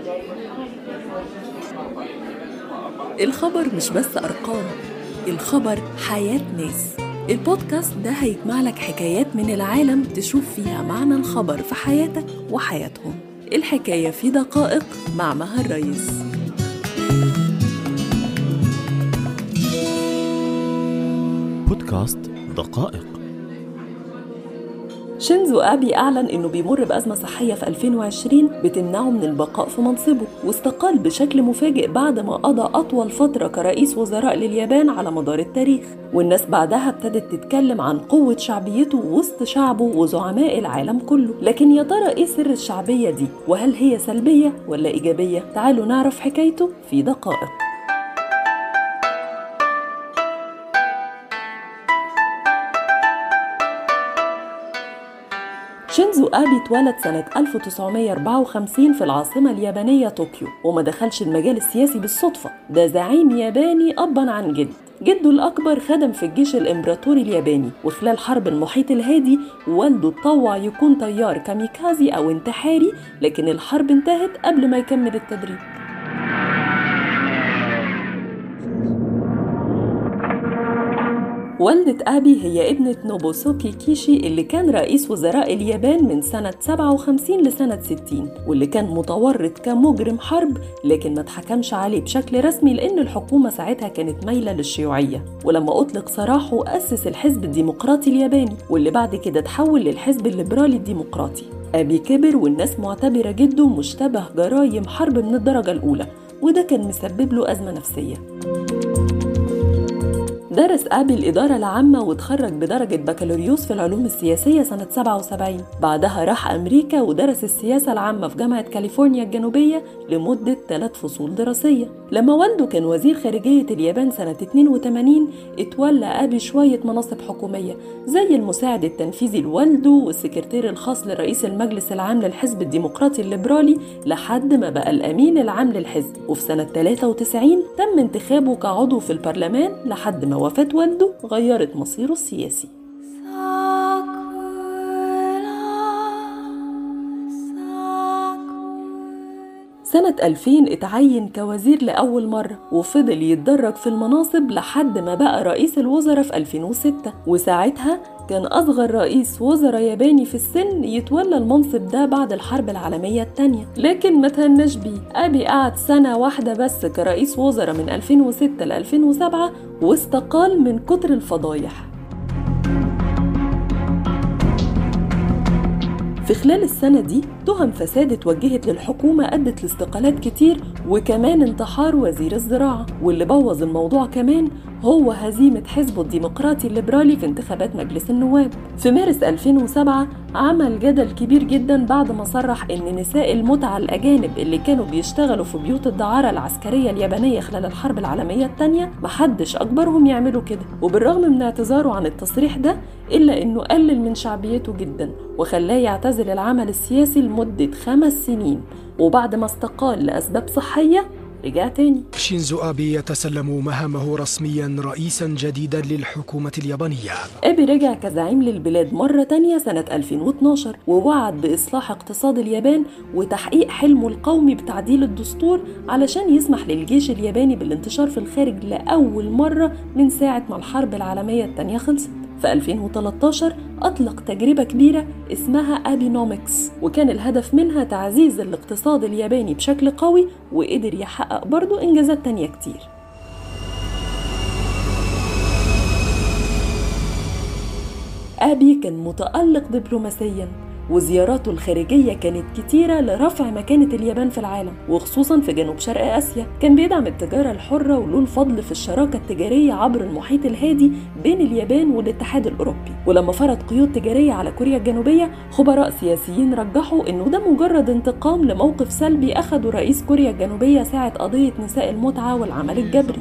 الخبر مش بس أرقام، الخبر حياة ناس. البودكاست ده هيجمع لك حكايات من العالم تشوف فيها معنى الخبر في حياتك وحياتهم. الحكاية في دقائق مع مها الرئيس. بودكاست دقائق. شينزو آبي أعلن إنه بيمر بأزمة صحية في 2020 بتمنعه من البقاء في منصبه، واستقال بشكل مفاجئ بعد ما قضى أطول فترة كرئيس وزراء لليابان على مدار التاريخ. والناس بعدها ابتدت تتكلم عن قوة شعبيته وسط شعبه وزعماء العالم كله. لكن يا ترى إيه سر الشعبية دي؟ وهل هي سلبية ولا إيجابية؟ تعالوا نعرف حكايته في دقائق. شينزو آبي اتولد سنة 1954 في العاصمة اليابانية طوكيو، وما دخلش المجال السياسي بالصدفة. ده زعيم ياباني أباً عن جد. جده الأكبر خدم في الجيش الإمبراطوري الياباني، وخلال حرب المحيط الهادي والده اتطوع يكون طيار كاميكازي أو انتحاري، لكن الحرب انتهت قبل ما يكمل التدريب. والدة آبي هي ابنة نوبوسوكي كيشي اللي كان رئيس وزراء اليابان من سنة 57 لسنة 60، واللي كان متورط كمجرم حرب، لكن ما اتحكمش عليه بشكل رسمي لأن الحكومة ساعتها كانت مايلة للشيوعية. ولما أطلق سراحه أسس الحزب الديمقراطي الياباني، واللي بعد كده تحول للحزب الليبرالي الديمقراطي. آبي كبر والناس معتبرة جده مشتبه جرايم حرب من الدرجة الأولى، وده كان مسبب له أزمة نفسية. درس آبي الإدارة العامة وتخرج بدرجة بكالوريوس في العلوم السياسية سنة 77. بعدها راح أمريكا ودرس السياسة العامة في جامعة كاليفورنيا الجنوبية لمدة 3 فصول دراسية. لما والده كان وزير خارجية اليابان سنة 82 اتولى آبي شوية مناصب حكومية زي المساعد التنفيذي لوالده والسكرتير الخاص لرئيس المجلس العام للحزب الديمقراطي الليبرالي لحد ما بقى الأمين العام للحزب. وفي سنة 93 تم انتخابه كعضو في البرلمان لحد ما وفاة والده غيرت مصيره السياسي. سنة 2000 اتعين كوزير لأول مرة، وفضل يتدرج في المناصب لحد ما بقى رئيس الوزراء في 2006. وساعتها كان أصغر رئيس وزراء ياباني في السن يتولى المنصب ده بعد الحرب العالمية الثانية. لكن ما تهنش بيه، آبي قعد سنة واحدة بس كرئيس وزراء من 2006 ل 2007 واستقال من كتر الفضايح. في خلال السنة دي تهم فساد اتوجهت للحكومة أدت لاستقالات كتير، وكمان انتحار وزير الزراعة. واللي بوظ الموضوع كمان هو هزيمة حزبه الديمقراطي الليبرالي في انتخابات مجلس النواب. في مارس 2007 عمل جدل كبير جدا بعد ما صرح إن نساء المتعة الأجانب اللي كانوا بيشتغلوا في بيوت الدعارة العسكرية اليابانية خلال الحرب العالمية الثانية محدش أجبرهم يعملوا كده. وبالرغم من اعتذاره عن التصريح ده إلا إنه قلل من شعبيته جدا وخلاه يعتزل العمل السياسي لمدة 5 سنين، وبعد ما استقال لأسباب صحية رجع تاني. شينزو آبي يتسلم مهامه رسميا رئيسا جديدا للحكومة اليابانية. آبي رجع كزعيم للبلاد مرة تانية سنة 2012 ووعد بإصلاح اقتصاد اليابان وتحقيق حلمه القومي بتعديل الدستور علشان يسمح للجيش الياباني بالانتشار في الخارج لأول مرة من ساعة ما الحرب العالمية الثانية خلصت. في 2013 أطلق تجربة كبيرة اسمها آبينومكس، وكان الهدف منها تعزيز الاقتصاد الياباني بشكل قوي، وقدر يحقق برضو إنجازات تانية كتير. آبي كان متألق دبلوماسياً، وزياراته الخارجية كانت كتيرة لرفع مكانة اليابان في العالم وخصوصاً في جنوب شرق آسيا. كان بيدعم التجارة الحرة وله الفضل في الشراكة التجارية عبر المحيط الهادي بين اليابان والاتحاد الأوروبي. ولما فرض قيود تجارية على كوريا الجنوبية، خبراء سياسيين رجحوا إنه ده مجرد انتقام لموقف سلبي أخده رئيس كوريا الجنوبية ساعة قضية نساء المتعة والعمل الجبري.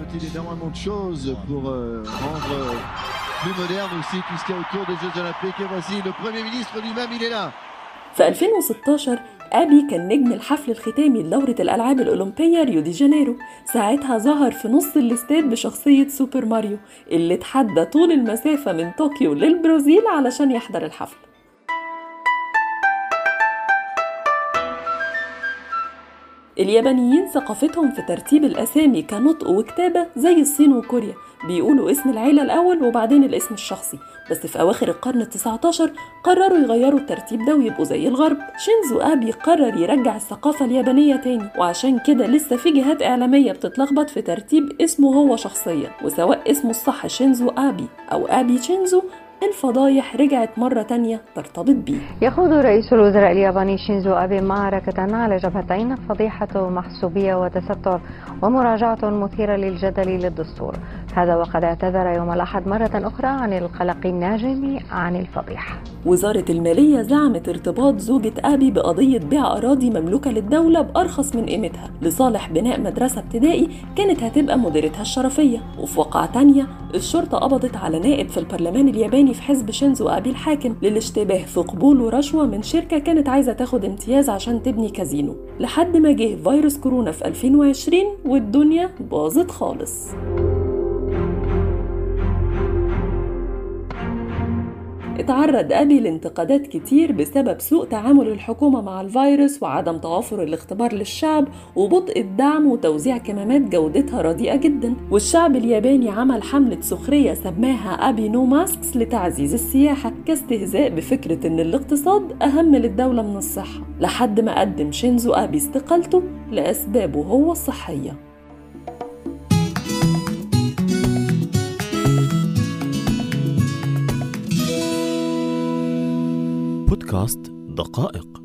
plus moderne aussi, tout ce qu'il y a autour des Jeux Olympiques. Et voici le Premier ministre lui-même, il est là. في 2016 آبي كان نجم الحفل الختامي لدورة الألعاب الأولمبية ريو دي جانيرو. ساعتها ظهر في نص الاستاد بشخصية سوبر ماريو اللي تحدى طول المسافة من طوكيو للبرازيل علشان يحضر الحفل. اليابانيين ثقافتهم في ترتيب الأسامي كنطق وكتابة زي الصين وكوريا، بيقولوا اسم العيلة الأول وبعدين الاسم الشخصي. بس في أواخر القرن ال19 قرروا يغيروا الترتيب ده ويبقوا زي الغرب. شينزو آبي قرر يرجع الثقافة اليابانية تاني، وعشان كده لسه في جهات إعلامية بتتلخبط في ترتيب اسمه هو شخصيا، وسواء اسمه الصح شينزو آبي أو آبي شينزو، الفضايح رجعت مرة تانية ترتبط بيه. يخوض رئيس الوزراء الياباني شينزو آبي معركة على جبهتين: فضيحة محسوبية وتستر، ومراجعة مثيرة للجدل للدستور. هذا وقد اعتذر يوم الأحد مرة أخرى عن القلق الناجم عن الفضيحة. وزارة المالية زعمت ارتباط زوجة آبي بقضية بيع أراضي مملوكة للدولة بأرخص من قيمتها لصالح بناء مدرسة ابتدائي كانت هتبقى مديرتها الشرفية. وفي واقعة تانية الشرطة قبضت على نائب في البرلمان الياباني في حزب شينزو آبي الحاكم للاشتباه في قبول رشوة من شركة كانت عايزة تاخد امتياز عشان تبني كازينو، لحد ما جه فيروس كورونا في 2020 والدنيا باظت خالص. اتعرض آبي لانتقادات كتير بسبب سوء تعامل الحكومة مع الفيروس وعدم توافر الاختبار للشعب وبطء الدعم وتوزيع كمامات جودتها رديئة جدا. والشعب الياباني عمل حملة سخرية سماها آبي نو ماسكس لتعزيز السياحة كاستهزاء بفكرة ان الاقتصاد أهم للدولة من الصحة، لحد ما قدم شينزو آبي استقالته لأسبابه هو الصحية. بودكاست دقائق.